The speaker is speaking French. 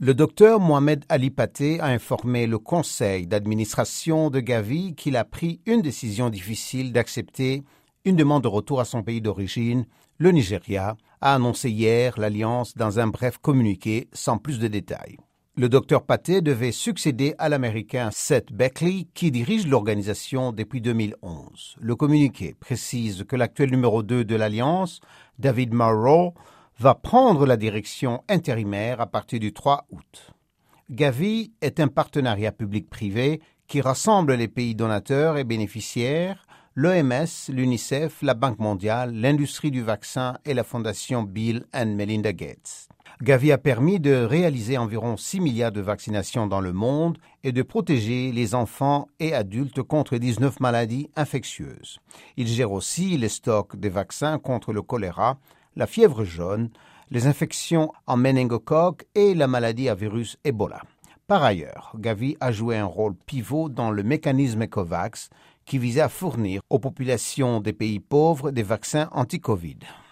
Le docteur Mohamed Ali Paté a informé le conseil d'administration de Gavi qu'il a pris une décision difficile d'accepter une demande de retour à son pays d'origine, le Nigeria, a annoncé hier l'Alliance dans un bref communiqué sans plus de détails. Le docteur Paté devait succéder à l'Américain Seth Beckley qui dirige l'organisation depuis 2011. Le communiqué précise que l'actuel numéro 2 de l'Alliance, David Marrow, va prendre la direction intérimaire à partir du 3 août. Gavi est un partenariat public-privé qui rassemble les pays donateurs et bénéficiaires, l'OMS, l'UNICEF, la Banque mondiale, l'industrie du vaccin et la fondation Bill and Melinda Gates. Gavi a permis de réaliser environ 6 milliards de vaccinations dans le monde et de protéger les enfants et adultes contre 19 maladies infectieuses. Il gère aussi les stocks de vaccins contre le choléra, la fièvre jaune, les infections en méningocoque et la maladie à virus Ebola. Par ailleurs, Gavi a joué un rôle pivot dans le mécanisme COVAX qui visait à fournir aux populations des pays pauvres des vaccins anti-Covid.